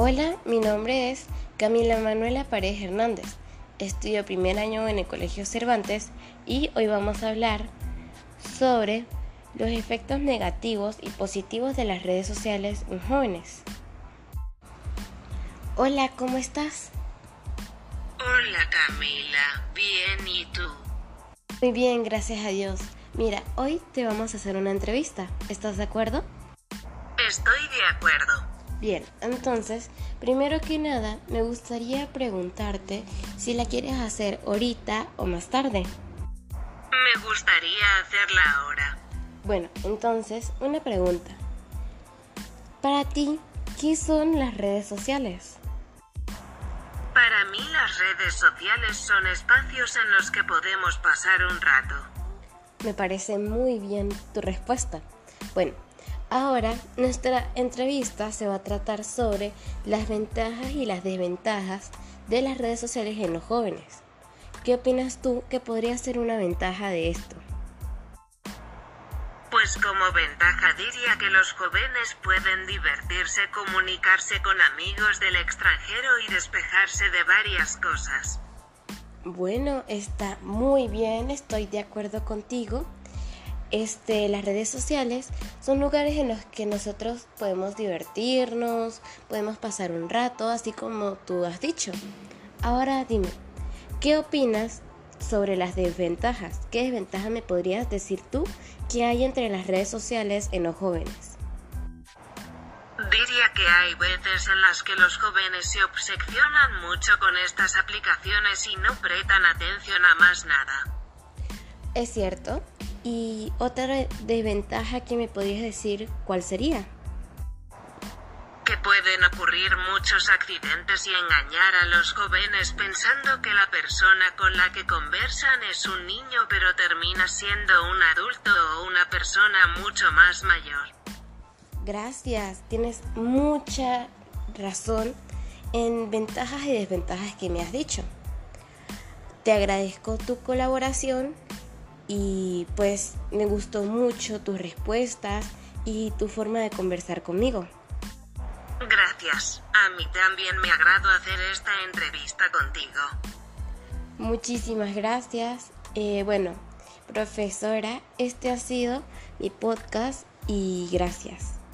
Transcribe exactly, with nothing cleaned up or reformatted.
Hola, mi nombre es Camila Manuela Paredes Hernández. Estudio primer año en el Colegio Cervantes y hoy vamos a hablar sobre los efectos negativos y positivos de las redes sociales en jóvenes. Hola, ¿cómo estás? Hola Camila, bien, ¿y tú? Muy bien, gracias a Dios. Mira, hoy te vamos a hacer una entrevista. ¿Estás de acuerdo? Estoy de acuerdo. Bien, entonces, primero que nada, me gustaría preguntarte si la quieres hacer ahorita o más tarde. Me gustaría hacerla ahora. Bueno, entonces, una pregunta. Para ti, ¿qué son las redes sociales? Para mí las redes sociales son espacios en los que podemos pasar un rato. Me parece muy bien tu respuesta. Bueno, ahora nuestra entrevista se va a tratar sobre las ventajas y las desventajas de las redes sociales en los jóvenes. ¿Qué opinas tú que podría ser una ventaja de esto? Pues como ventaja diría que los jóvenes pueden divertirse, comunicarse con amigos del extranjero y despejarse de varias cosas. Bueno, está muy bien, estoy de acuerdo contigo. Este, las redes sociales son lugares en los que nosotros podemos divertirnos, podemos pasar un rato, así como tú has dicho. Ahora dime, ¿qué opinas sobre las desventajas? ¿Qué desventajas me podrías decir tú que hay entre las redes sociales en los jóvenes? Diría que hay veces en las que los jóvenes se obsesionan mucho con estas aplicaciones y no prestan atención a más nada. Es cierto. Y otra desventaja que me podrías decir, ¿cuál sería? Que pueden ocurrir muchos accidentes y engañar a los jóvenes pensando que la persona con la que conversan es un niño, pero termina siendo un adulto o una persona mucho más mayor. Gracias, tienes mucha razón en ventajas y desventajas que me has dicho. Te agradezco tu colaboración y pues me gustó mucho tus respuestas y tu forma de conversar conmigo. Gracias, a mí también me agradó hacer esta entrevista contigo. Muchísimas gracias. Eh, bueno, profesora, este ha sido mi podcast y gracias.